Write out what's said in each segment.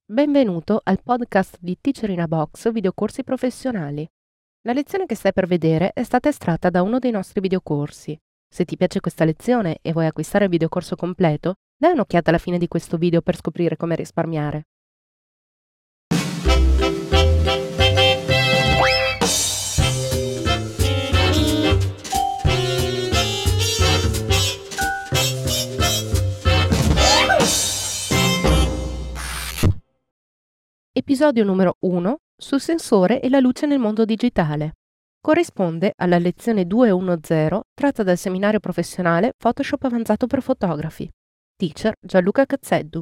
Benvenuto al podcast di Teacher in a Box videocorsi professionali. La lezione che stai per vedere è stata estratta da uno dei nostri videocorsi. Se ti piace questa lezione e vuoi acquistare il videocorso completo, dai un'occhiata alla fine di questo video per scoprire come risparmiare. Episodio numero 1 sul sensore e la luce nel mondo digitale. Corrisponde alla lezione 210 tratta dal seminario professionale Photoshop avanzato per fotografi. Teacher Gianluca Cazzeddu.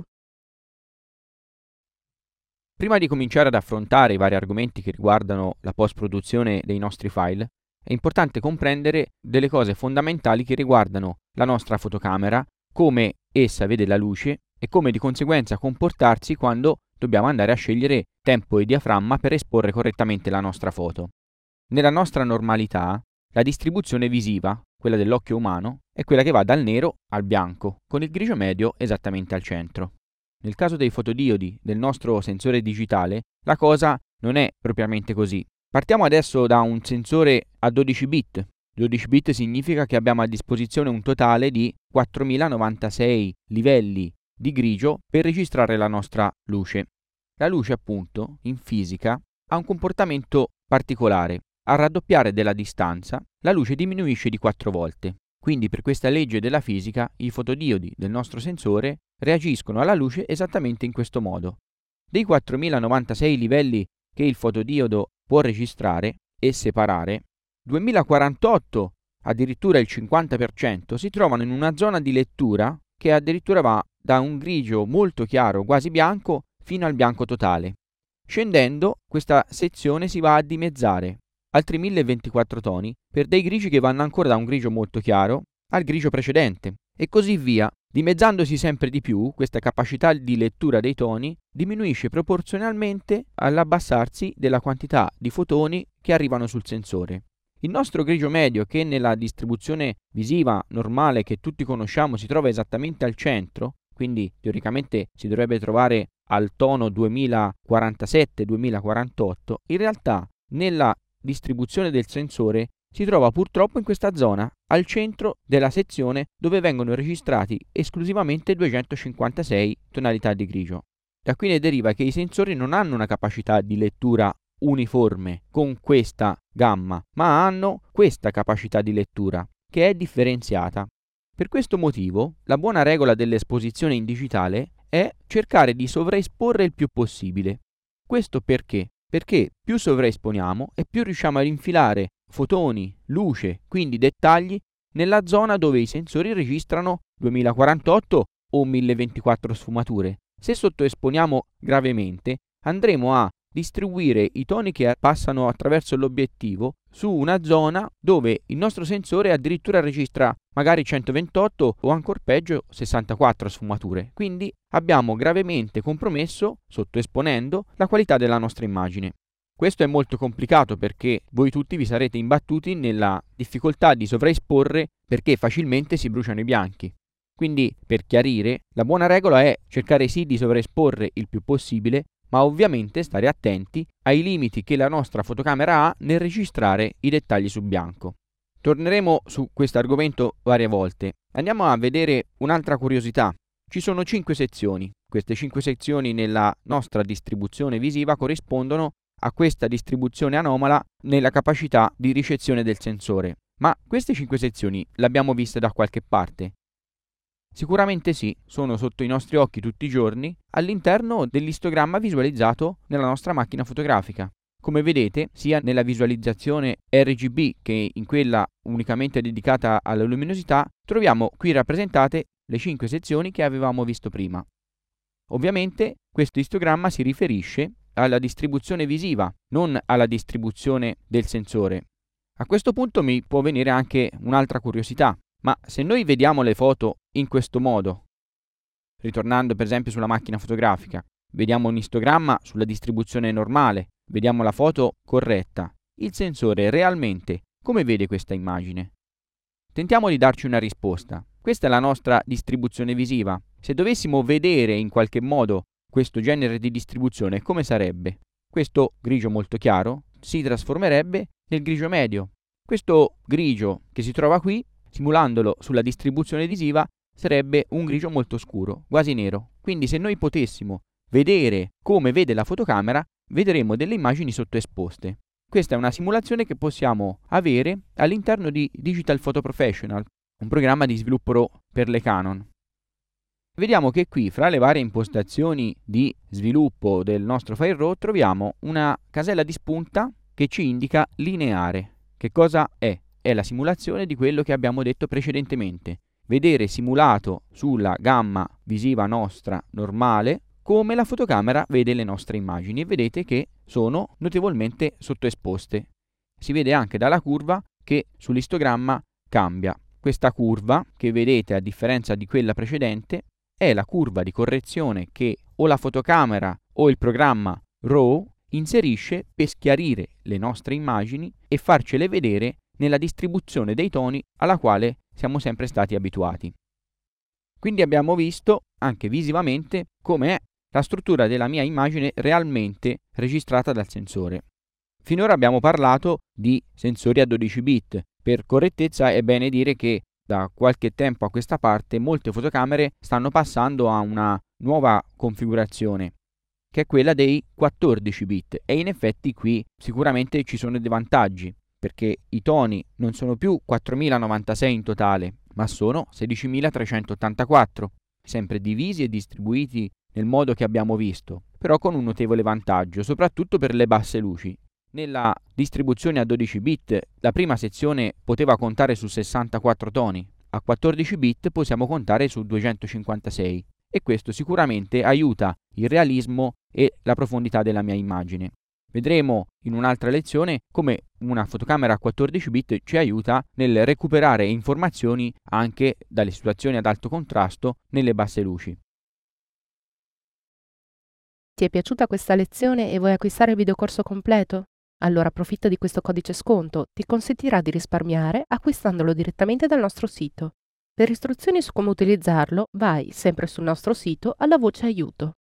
Prima di cominciare ad affrontare i vari argomenti che riguardano la post-produzione dei nostri file, è importante comprendere delle cose fondamentali che riguardano la nostra fotocamera, come essa vede la luce e come di conseguenza comportarsi quando dobbiamo andare a scegliere tempo e diaframma per esporre correttamente la nostra foto. Nella nostra normalità, la distribuzione visiva, quella dell'occhio umano, è quella che va dal nero al bianco, con il grigio medio esattamente al centro. Nel caso dei fotodiodi del nostro sensore digitale, la cosa non è propriamente così. Partiamo adesso da un sensore a 12 bit. 12 bit significa che abbiamo a disposizione un totale di 4096 livelli di grigio per registrare la nostra luce. La luce, appunto, in fisica, ha un comportamento particolare. Al raddoppiare della distanza, la luce diminuisce di 4 volte. Quindi per questa legge della fisica, i fotodiodi del nostro sensore reagiscono alla luce esattamente in questo modo. Dei 4096 livelli che il fotodiodo può registrare e separare, 2048, addirittura il 50%, si trovano in una zona di lettura che addirittura va da un grigio molto chiaro, quasi bianco, fino al bianco totale. Scendendo, questa sezione si va a dimezzare, altri 1024 toni, per dei grigi che vanno ancora da un grigio molto chiaro al grigio precedente, e così via. Dimezzandosi sempre di più, questa capacità di lettura dei toni diminuisce proporzionalmente all'abbassarsi della quantità di fotoni che arrivano sul sensore. Il nostro grigio medio, che nella distribuzione visiva normale che tutti conosciamo si trova esattamente al centro, quindi teoricamente si dovrebbe trovare al tono 2047-2048, in realtà nella distribuzione del sensore si trova purtroppo in questa zona, al centro della sezione dove vengono registrati esclusivamente 256 tonalità di grigio. Da qui ne deriva che i sensori non hanno una capacità di lettura uniforme con questa gamma, ma hanno questa capacità di lettura, che è differenziata. Per questo motivo, la buona regola dell'esposizione in digitale è cercare di sovraesporre il più possibile. Questo perché? Perché più sovraesponiamo e più riusciamo ad infilare fotoni, luce, quindi dettagli, nella zona dove i sensori registrano 2048 o 1024 sfumature. Se sottoesponiamo gravemente, andremo a distribuire i toni che passano attraverso l'obiettivo su una zona dove il nostro sensore addirittura registra magari 128 o ancor peggio 64 sfumature. Quindi abbiamo gravemente compromesso, sottoesponendo, la qualità della nostra immagine. Questo è molto complicato perché voi tutti vi sarete imbattuti nella difficoltà di sovraesporre perché facilmente si bruciano i bianchi. Quindi, per chiarire, la buona regola è cercare sì di sovraesporre il più possibile, ma ovviamente stare attenti ai limiti che la nostra fotocamera ha nel registrare i dettagli su bianco. Torneremo su questo argomento varie volte. Andiamo a vedere un'altra curiosità. Ci sono 5 sezioni. Queste 5 sezioni nella nostra distribuzione visiva corrispondono a questa distribuzione anomala nella capacità di ricezione del sensore. Ma queste 5 sezioni le abbiamo viste da qualche parte? Sicuramente sì, sono sotto i nostri occhi tutti i giorni all'interno dell'istogramma visualizzato nella nostra macchina fotografica. Come vedete, sia nella visualizzazione RGB che in quella unicamente dedicata alla luminosità, troviamo qui rappresentate le 5 sezioni che avevamo visto prima. Ovviamente questo istogramma si riferisce alla distribuzione visiva, non alla distribuzione del sensore. A questo punto mi può venire anche un'altra curiosità. Ma se noi vediamo le foto in questo modo, ritornando per esempio sulla macchina fotografica, vediamo un istogramma sulla distribuzione normale, vediamo la foto corretta, il sensore realmente come vede questa immagine? Tentiamo di darci una risposta. Questa è la nostra distribuzione visiva. Se dovessimo vedere in qualche modo questo genere di distribuzione, come sarebbe? Questo grigio molto chiaro si trasformerebbe nel grigio medio. Questo grigio che si trova qui, simulandolo sulla distribuzione visiva, sarebbe un grigio molto scuro, quasi nero. Quindi se noi potessimo vedere come vede la fotocamera, vedremo delle immagini sottoesposte. Questa è una simulazione che possiamo avere all'interno di Digital Photo Professional, un programma di sviluppo per le Canon. Vediamo che qui, fra le varie impostazioni di sviluppo del nostro file RAW, troviamo una casella di spunta che ci indica lineare. Che cosa è? È la simulazione di quello che abbiamo detto precedentemente. Vedere simulato sulla gamma visiva nostra normale come la fotocamera vede le nostre immagini, e vedete che sono notevolmente sottoesposte. Si vede anche dalla curva che sull'istogramma cambia. Questa curva, che vedete a differenza di quella precedente, è la curva di correzione che o la fotocamera o il programma RAW inserisce per schiarire le nostre immagini e farcele vedere nella distribuzione dei toni alla quale siamo sempre stati abituati. Quindi abbiamo visto anche visivamente come è la struttura della mia immagine realmente registrata dal sensore. Finora abbiamo parlato di sensori a 12 bit. Per correttezza è bene dire che da qualche tempo a questa parte molte fotocamere stanno passando a una nuova configurazione, che è quella dei 14 bit, e in effetti qui sicuramente ci sono dei vantaggi, perché i toni non sono più 4096 in totale, ma sono 16384, sempre divisi e distribuiti nel modo che abbiamo visto, però con un notevole vantaggio, soprattutto per le basse luci. Nella distribuzione a 12 bit la prima sezione poteva contare su 64 toni, a 14 bit possiamo contare su 256, e questo sicuramente aiuta il realismo e la profondità della mia immagine. Vedremo in un'altra lezione come una fotocamera a 14 bit ci aiuta nel recuperare informazioni anche dalle situazioni ad alto contrasto nelle basse luci. Ti è piaciuta questa lezione e vuoi acquistare il videocorso completo? Allora approfitta di questo codice sconto, ti consentirà di risparmiare acquistandolo direttamente dal nostro sito. Per istruzioni su come utilizzarlo, vai sempre sul nostro sito alla voce aiuto.